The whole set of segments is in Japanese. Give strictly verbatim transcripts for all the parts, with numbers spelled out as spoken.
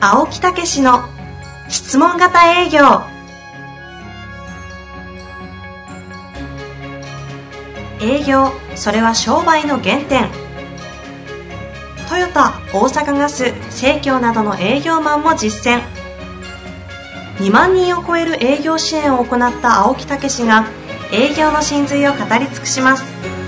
青木武氏の質問型営業。営業、それは商売の原点。トヨタ、大阪ガス、生協などの営業マンも実践。にまんにんを超える営業支援を行った青木武氏が営業の真髄を語り尽くします。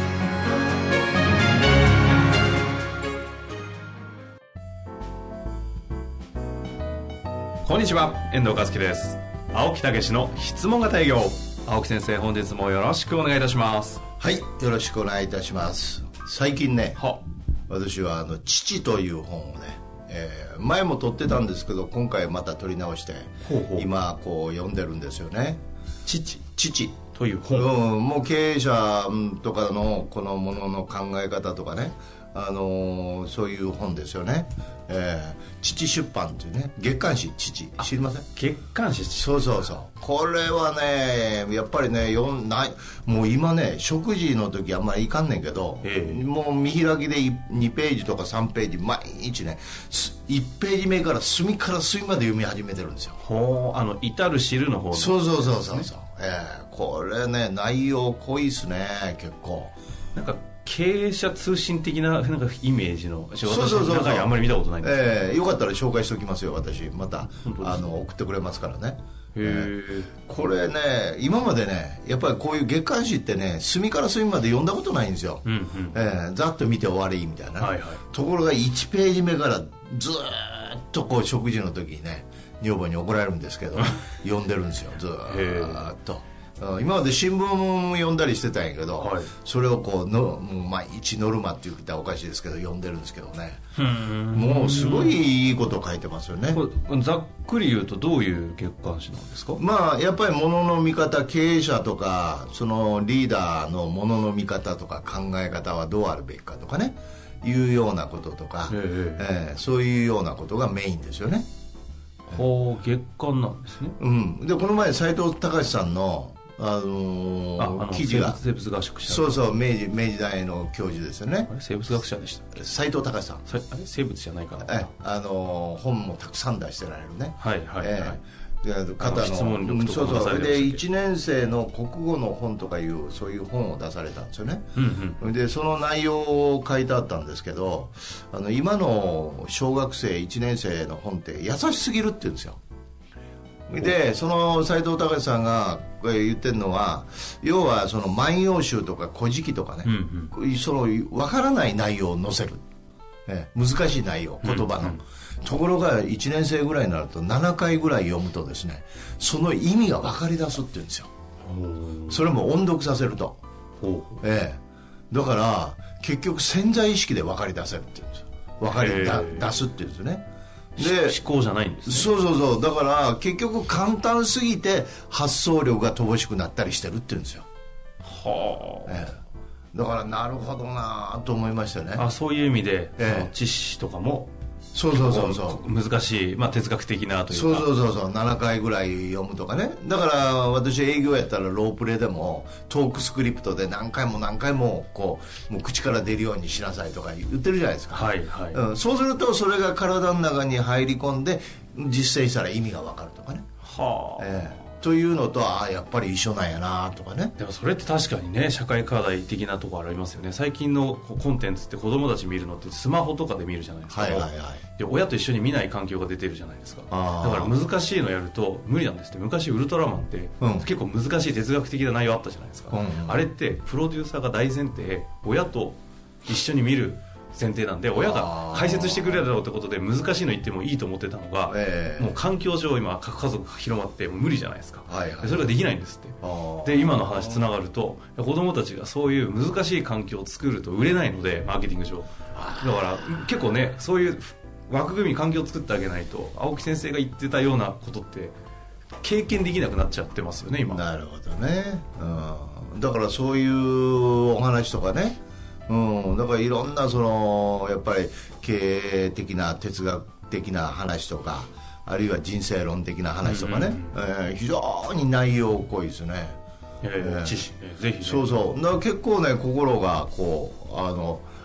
こんにちは、遠藤和樹です。青木武の質問型営業。青木先生、本日もよろしくお願いいたします。 はい、よろしくお願いいたします。最近ね、 は私はあの父という本をね、えー、前も取ってたんですけど、今回また取り直してほうほう今こう読んでるんですよね。 父父という本、 うん、もう経営者とかのこのものの考え方とかね、あのー、そういう本ですよね。えー、父出版っていうね、月刊誌父、知りません？ 月刊誌。 そうそうそう。これはね、やっぱりね、読んない、もう今ね、食事の時あんまりいかんねんけど、 ええ、 もう見開きでにページとかさんページ毎日ね、いちページ目から隅から隅まで読み始めてるんですよ。 ほう、あの至る知るの方の。 そうそうそうそうそう、えー、これね、内容濃いっすね、結構。なんか経営者通信的 な, なんかイメージの、 そうそうそうそう、 中にあんまり見たことないんですけど、 えー、よかったら紹介しておきますよ、私またあの送ってくれますからね。 へー、 これね、今までね、やっぱりこういう月刊誌ってね、隅から隅まで読んだことないんですよ、 うんうん、 えー、ざっと見て終わりみたいな、 はいはい、ところがいちページ目からずーっとこう食事の時にね、女房に怒られるんですけど読んでるんですよ、ずーっと。今まで新聞読んだりしてたんやけど、はい、それをこうのもう毎日ノルマって言ったらおかしいですけど読んでるんですけどね。もうすごいいいこと書いてますよね。 ざっくり言うとどういう月刊誌なんですか？ まあやっぱり物の見方、経営者とかそのリーダーの物の見方とか考え方はどうあるべきかとかね、いうようなこととか、えー、そういうようなことがメインですよね。 ほう、月刊なんですね。 うん、でこの前斉藤隆さんのあのー、ああの記事が生物学者、 そうそう、明治明治大の教授ですよね。 あれ生物学者でした。 斉藤隆さん、 あれ生物じゃないかな。 えあのー、本もたくさん出してられるね。 はいはいはい、 えー、方の質問力とかそうそうでいちねん生の国語の本とかいうそういう本を出されたんですよね、うんうん、でその内容を書いてあったんですけど、あの今の小学生いちねん生の本って優しすぎるって言うんですよ。でその斉藤隆さんが言ってるのは、要はその万葉集とか古事記とかね、うんうん、その分からない内容を載せる、え難しい内容、言葉の、うんうん、ところがいちねん生ぐらいになるとななかいぐらい読むとですね、その意味が分かり出すって言うんですよ。それも音読させると、えだから結局潜在意識で分かり出せるって言うんですよ。分かりだ出すって言うんですよね。 で思考じゃないんですね。 そうそうそう、だから結局簡単すぎて発想力が乏しくなったりしてるって言うんですよ。はあ、ええ、だからなるほどなと思いましたね。 あ、そういう意味で、ええ、知識とかもそうそうそうそう難しい、まあ、哲学的なというか、 そうそうそうそう、ななかいぐらい読むとかね。だから私営業やったらロープレでもトークスクリプトで何回も何回もこうもう口から出るようにしなさいとか言ってるじゃないですか、 はいはい、 うん、そうするとそれが体の中に入り込んで実践したら意味が分かるとかね、はあ、ええというのと、ああやっぱり一緒なんやなとかね。 でもそれって確かにね、社会課題的なところありますよね。最近のコンテンツって子供たち見るのってスマホとかで見るじゃないですか、はいはいはい、で親と一緒に見ない環境が出てるじゃないですか。だから難しいのやると無理なんですって。昔ウルトラマンって、うん、結構難しい哲学的な内容あったじゃないですか、うんうん、あれってプロデューサーが大前提親と一緒に見る前提なんで、親が解説してくれるだろうってことで難しいの言ってもいいと思ってたのが、えー、もう環境上今核家族が広まってもう無理じゃないですか、はいはい、それができないんですって。で今の話つながると、子供たちがそういう難しい環境を作ると売れないので、マーケティング上だから結構ね、そういう枠組み環境を作ってあげないと、青木先生が言ってたようなことって経験できなくなっちゃってますよね今。 なるほどね、うん、だからそういうお話とかね、うん、だからいろんなそのやっぱり経営的な哲学的な話とか、あるいは人生論的な話とかね、うんうん、えー、非常に内容濃いですね。 えー、知識、ね、ぜひ、ね、 そうそう、だから結構ね心がこうあの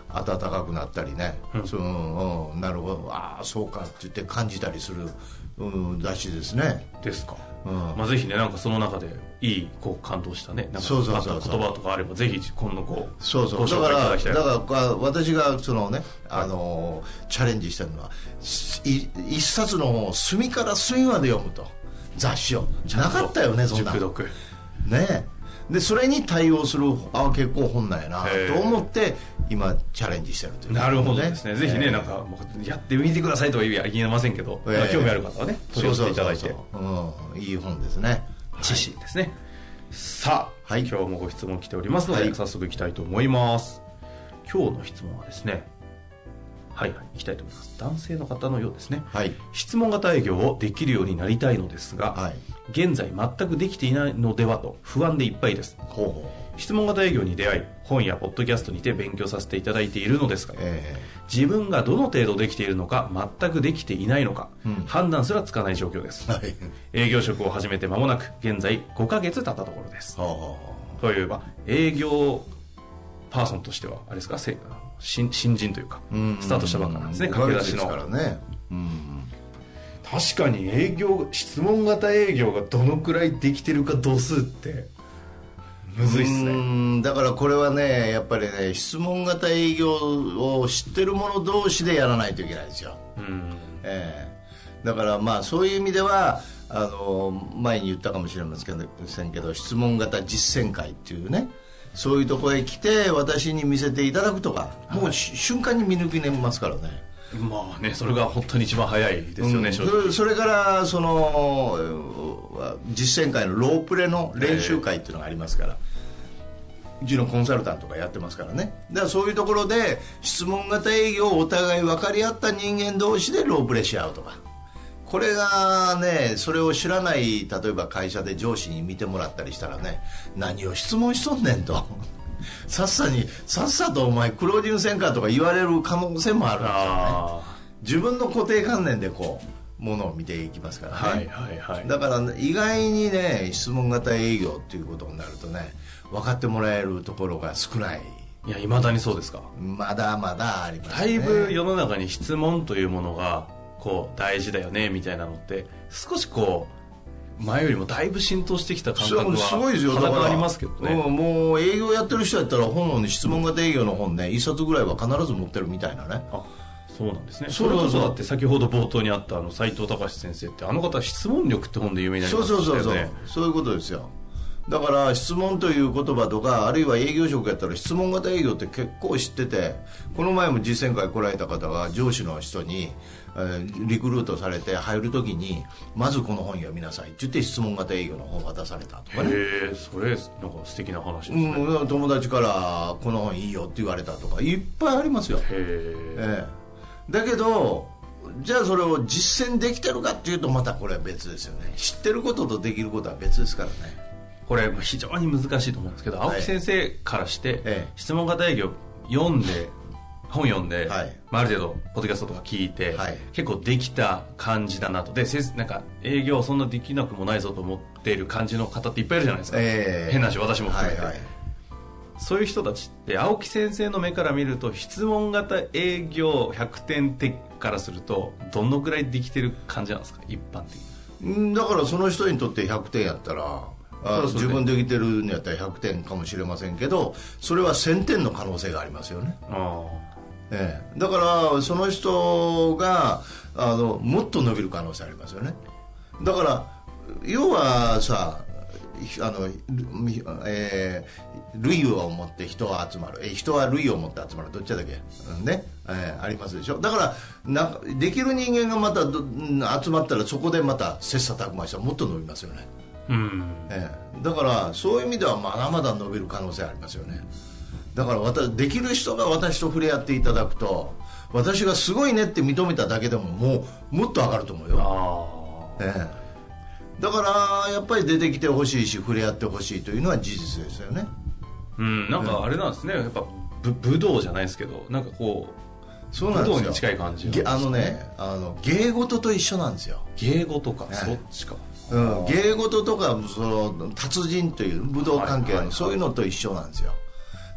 暖かくなったりね、うんそううん、なるほど、ああそうかって言って感じたりする、うん、雑誌ですね。 ですか、うんまあ、ぜひねなんかその中でいいこう感動したねなんかそうそうそうそう言葉とかあればぜひ今度こうそうそうご紹介いただきたい。 だからだから私がそのね、あのー、チャレンジしてるのはい一冊の本を隅から隅まで読むと雑誌をなかったよねそんな熟読ねでそれに対応するあ結構本なんやなと思って今チャレンジしてるという、ね、 なるほどですね。ぜひね、えー、なんかもうやってみてくださいとは言えませんけど、えー、興味ある方はね取り寄せていただいてそうそうそうそう、うん、いい本ですね。 知識ですね、はい、さあ、はい、今日もご質問来ておりますので、はい、早速いきたいと思います。今日の質問はですねはいはいいきたいと思います。男性の方のようですね、はい、質問型営業をできるようになりたいのですが、はい、現在全くできていないのではと不安でいっぱいです。ほうほう質問型営業に出会い本やポッドキャストにて勉強させていただいているのですが、えー、自分がどの程度できているのか全くできていないのか、うん、判断すらつかない状況です、はい、営業職を始めて間もなく現在ごかげつ経ったところです。といえば営業パーソンとしてはあれですか新, 新人というかスタートしたばっかなんですね。駆け出しのからね、うん、確かに営業質問型営業がどのくらいできてるか度数ってむずいっすね。 うんだからこれはねやっぱりね質問型営業を知ってる者同士でやらないといけないんですよ。うん、えー、だからまあそういう意味ではあの前に言ったかもしれませんけど質問型実践会っていうねそういうところへ来て私に見せていただくとか、はい、もう瞬間に見抜きれますからね。 まあねそれが本当に一番早いですよね、うん、正直。それからその実践会のロープレの練習会っていうのがありますから、うちのコンサルタントがやってますからね。だからそういうところで質問型営業をお互い分かり合った人間同士でロープレし合うとか、これがねそれを知らない例えば会社で上司に見てもらったりしたらね何を質問しとんねんとさっさにさっさとお前クロージングせんかとか言われる可能性もあるんですよね。自分の固定観念でこうものを見ていきますからね、はいはいはい、だから、ね、意外にね質問型営業っていうことになるとね分かってもらえるところが少ない。 いや未だにそうですか。 まだまだありますね。 だいぶ世の中に質問というものがこう大事だよねみたいなのって少しこう前よりもだいぶ浸透してきた感覚はすごいですよ。 肌がありますけどね、 うん、もう営業やってる人やったら本の質問型営業の本ね一冊ぐらいは必ず持ってるみたいなね。 あそうなんですね。それこそだって先ほど冒頭にあったあの斉藤隆先生ってあの方は質問力って本で有名になりましたよね。 そうそうそうそうそういうことですよ。だから質問という言葉とかあるいは営業職やったら質問型営業って結構知ってて、この前も実践会来られた方が上司の人に、えー、リクルートされて入るときにまずこの本読みなさいって言って質問型営業の本を渡されたとかね。 へえそれなんか素敵な話ですね、 うん、友達からこの本いいよって言われたとかいっぱいありますよ。へえー、だけどじゃあそれを実践できてるかっていうとまたこれは別ですよね。知ってることとできることは別ですからね。 これ非常に難しいと思うんですけど、青木先生からして、はい、質問型営業読んで本読んで、はい、ある程度ポッドキャストとか聞いて、はい、結構できた感じだなと。でなんか営業そんなできなくもないぞと思っている感じの方っていっぱいいるじゃないですか、えー、変な話私も含めて、はいはい、そういう人たちって青木先生の目から見ると質問型営業ひゃくてんてからするとどのくらいできてる感じなんですか一般的に。だからその人にとってひゃくてんやったらあ自分できてるんやったらひゃくてんかもしれませんけどそれはせんてんの可能性がありますよね。あ、ええ、だからその人があのもっと伸びる可能性ありますよね。だから要はさあの、えー、類を持って人は集まる、えー、人は類を持って集まるどっちだっけ、うんねえー、ありますでしょ。だからなんかできる人間がまた集まったらそこでまた切磋琢磨したらもっと伸びますよね。うんええ、だからそういう意味ではまだまだ伸びる可能性ありますよね。だから私できる人が私と触れ合っていただくと私がすごいねって認めただけでももうもっと上がると思うよ。あ、ええ、だからやっぱり出てきてほしいし触れ合ってほしいというのは事実ですよね。 うん、なんかあれなんですね、やっぱ武道じゃないですけどなんかこうそうなんですよ武道に近い感じ、ね、 あのねあの芸事と一緒なんですよ。 芸事か、ね、そっちか。 うん、芸事とかその達人という武道関係のそういうのと一緒なんですよ。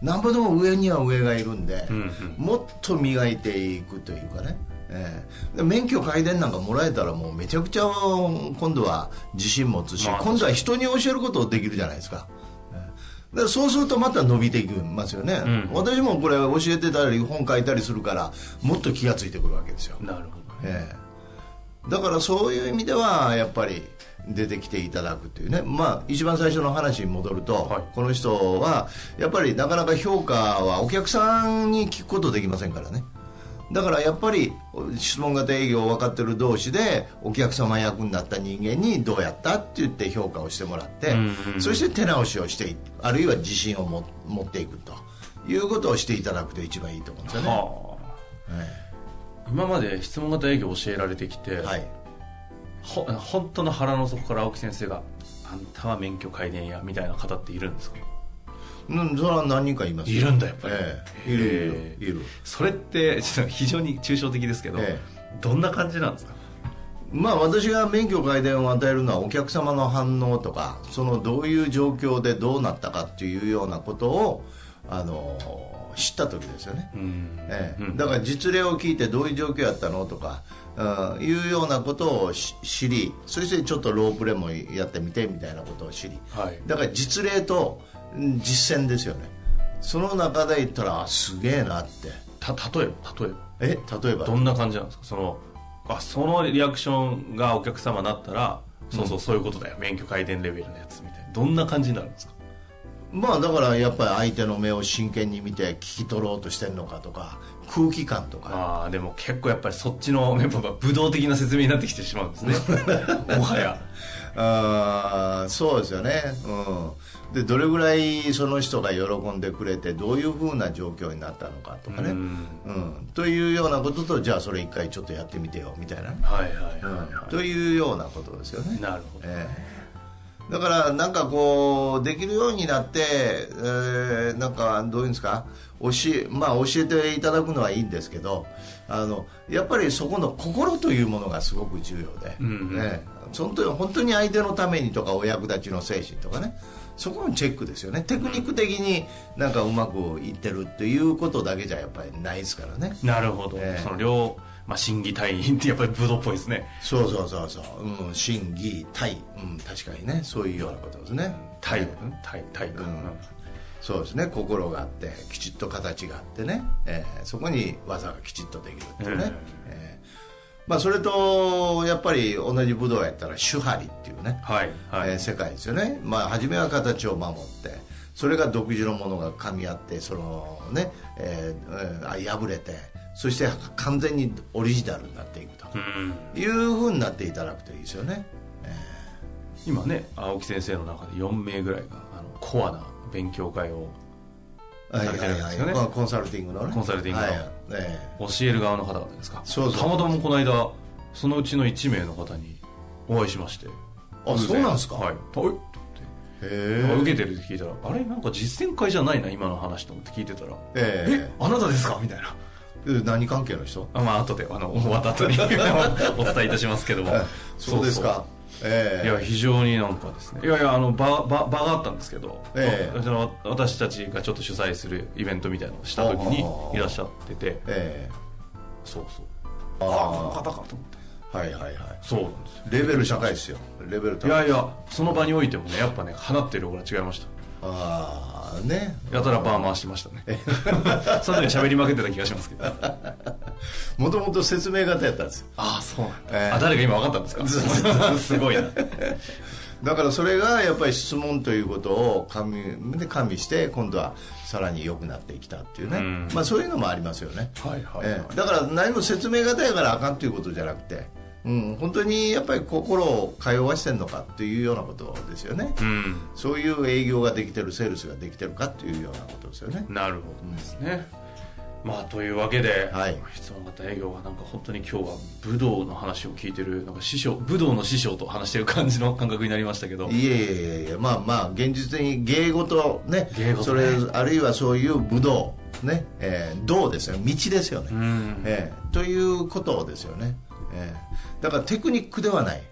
なんぼでも上には上がいるんで、 うんうん、 もっと磨いていくというかね、えー、免許改伝なんかもらえたらもうめちゃくちゃ今度は自信持つし、まあ、今度は人に教えることできるじゃないですか。だからそうするとまた伸びていきますよね、うん、私もこれ教えてたり本書いたりするからもっと気がついてくるわけですよ。 なるほど、 えー、だからそういう意味ではやっぱり出てきていただくというね、まあ、一番最初の話に戻ると、はい、この人はやっぱりなかなか評価はお客さんに聞くことできませんからね。だからやっぱり質問型営業を分かってる同士でお客様役になった人間にどうやったって言って評価をしてもらって、うんうん、そして手直しをしてあるいは自信をも持っていくということをしていただくと一番いいと思うんですよね。はあ、はい、今まで質問型営業を教えられてきて、はい、ほ本当の腹の底から青木先生があんたは免許改伝やみたいな方っているんですか？ うん、それは何人かいます。 いるんだやっぱり、 ええ、いるいるいる。 それってちょっと非常に抽象的ですけど、ええ、どんな感じなんですか？ まあ私が免許改伝を与えるのはお客様の反応とかそのどういう状況でどうなったかっていうようなことをあの知った時ですよね、うんええ、だから実例を聞いてどういう状況やったのとか、うん、いうようなことを知り、そしてちょっとロープレもやってみてみたいなことを知り、はい、だから実例と実践ですよね。その中で言ったらすげえなって。 た例えば例えばえ例えばどんな感じなんですか？そのあそのリアクションがお客様になったら、うん、そうそうそういうことだよ免許改伝レベルのやつみたいな、どんな感じになるんですか？ まあだからやっぱり相手の目を真剣に見て聞き取ろうとしてるのかとか空気感とか。 あでも結構やっぱりそっちの武道的な説明になってきてしまうんですねもはやあそうですよね、うん、でどれぐらいその人が喜んでくれてどういうふうな状況になったのかとかね、うんうん、というようなこととじゃあそれ一回ちょっとやってみてよみたいな、はいはいはい、はいうん、というようなことですよね。 なるほど、 えー、だからなんかこうできるようになって、えー、なんかどういうんですか教え、まあ、教えていただくのはいいんですけどあのやっぱりそこの心というものがすごく重要で、うんうんね、本当に本当に相手のためにとかお役立ちの精神とかねそこのチェックですよね。テクニック的になんかうまくいってるっていうことだけじゃやっぱりないですからね。 なるほど、えー、その両、まあ、審議対員ってやっぱり武道っぽいですね。 そうそうそうそう、うん、審議対、うん、確かにねそういうようなことですね。 対、うん、対対か、うん、 そうですね。心があってきちっと形があってね、えー、そこに技がきちっとできるっていうね、えーまあ、それとやっぱり同じ武道やったら手張りっていうね、はいはいえー、世界ですよね。まあ、初めは形を守ってそれが独自のものが噛み合ってそのね、えー、えー、破れてそして完全にオリジナルになっていくというふうになっていただくといいですよね、えー、今ね青木先生の中でよんめいぐらいがあのコアな勉強会をされてるんですよね。 コンサルティングのね。 コンサルティングの、はいえー、教える側の方々ですか。 そうそう。 たまたまこの間そのうちのいちめいの方にお会いしまして。 あ、そうなんですか。 はい。おいへ受けてるって聞いたらあれなんか実践会じゃないな今の話と思って聞いてたらえー、えあなたですかみたいな。 何関係の人？ あまあ後であの終わった後にお伝えいたしますけども。 そうですか。 えー、いや非常になんかですねいやいやあの場, 場, 場があったんですけど、えー、その私たちがちょっと主催するイベントみたいなのをした時にいらっしゃってて、えー、そうそうああこの方かと思ってはいはいはいそうなんですよ。 レベル高いですよ。レベル高い。 いやいやその場においてもねやっぱね放ってるオーラ違いました。 ああねやたらバー回してましたねその時は喋りまくってた気がしますけどもともと説明型やったんですよ。 ああそうなんだ、えー、あ誰か今分かったんですかすごいなだからそれがやっぱり質問ということを加味で加味して今度はさらに良くなってきたっていうね、うん、まあそういうのもありますよね、はいはいはいえー、だから何も説明型やからあかんということじゃなくて、うん、本当にやっぱり心を通わしてるのかっていうようなことですよね、うん、そういう営業ができてるセールスができてるかっていうようなことですよね。 なるほどですね、うん、まあというわけで、はい、質問型営業はなんか本当に今日は武道の話を聞いてるなんか師匠武道の師匠と話してる感じの感覚になりましたけどいえいえいえまあまあ現実的に芸事ね芸事ねそれあるいはそういう武道ね、えー、道ですよ道ですよね、うんえー、ということですよね、えー、だからテクニックではない、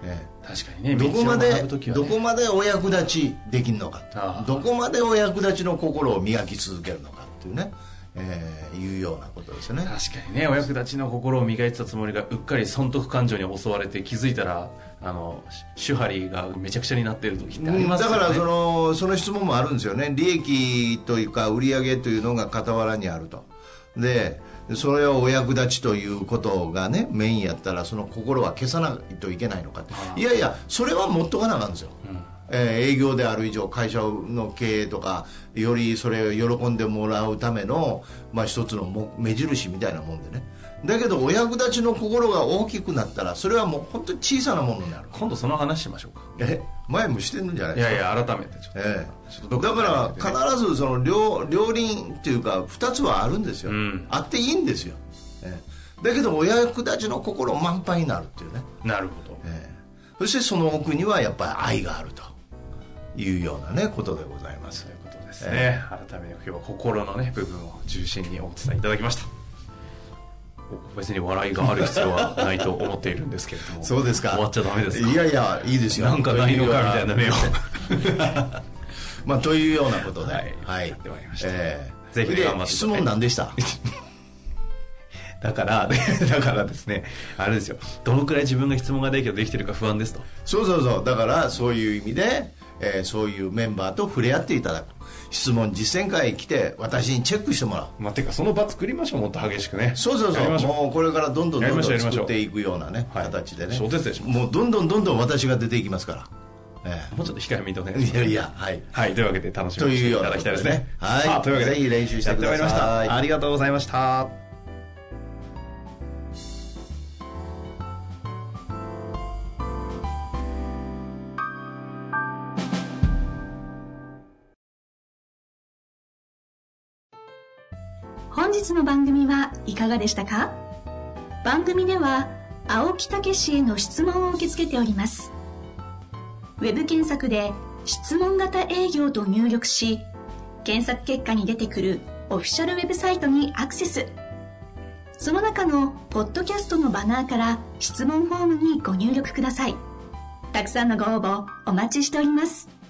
ええ、確かにね。 どこまで、 ね、 どこまでお役立ちできるのか、どこまでお役立ちの心を磨き続けるのかっていうね、えー、いうようなことですよね。 確かにね、お役立ちの心を磨いてたつもりがうっかり損得感情に襲われて気づいたらあの手張りがめちゃくちゃになっている時ってありますよね。 だからそのその質問もあるんですよね。利益というか売上というのが傍らにあると。でそれをお役立ちということがねメインやったらその心は消さないといけないのかって。いやいやそれは持っとかなあかんんですよ、うんえー、営業である以上会社の経営とかよりそれを喜んでもらうための、まあ、一つのも目印みたいなもんでね。だけどお役立ちの心が大きくなったらそれはもう本当に小さなものになる。 今度その話しましょうか。 え前もしてるんじゃないですか。 いやいや改めてちょっと、 ええ、ちょっとだから必ずその 両, 両輪っていうかふたつはあるんですよ、うん、あっていいんですよ、ええ、だけどお役立ちの心満帆になるっていうね。 なるほど、 ええ、そしてその奥にはやっぱり愛があるというようなねことでございます。 そういうことですね、えー、改めて今日は心のね部分を中心にお伝えいただきました。別に笑いがある必要はないと思っているんですけれどもそうですか。 終わっちゃダメですか。 いやいやいいですよ。 なんかないのかみたいな目をまあというようなことで、はい、 はい、やってまいりました、えー、ぜひ頑張って。質問何でしただからだからですねあれですよ、どのくらい自分が質問ができできてるか不安ですと。 そうそうそう。だからそういう意味で、えー、そういうメンバーと触れ合っていただく。質問実践会来て私にチェックしてもらう。 まあ、てかその場作りましょう。もっと激しくね。 そうそうそう。もうこれからどんどんどんどん作っていくようなね、 はい、 形でね。 そうですね。 もうどんどんどんどん私が出ていきますから。 ええ、もうちょっと控えめにお願いします。 いやいや、はい。 はい、というわけで楽しみにしていただきたいですね。 はい。 さあ、というわけでぜひ練習してください。 やってまいりました。ありがとうございました。 本日の番組はいかがでしたか？番組では青木武氏への質問を受け付けております。ウェブ検索で質問型営業と入力し、検索結果に出てくるオフィシャルウェブサイトにアクセス。その中のポッドキャストのバナーから質問フォームにご入力ください。たくさんのご応募お待ちしております。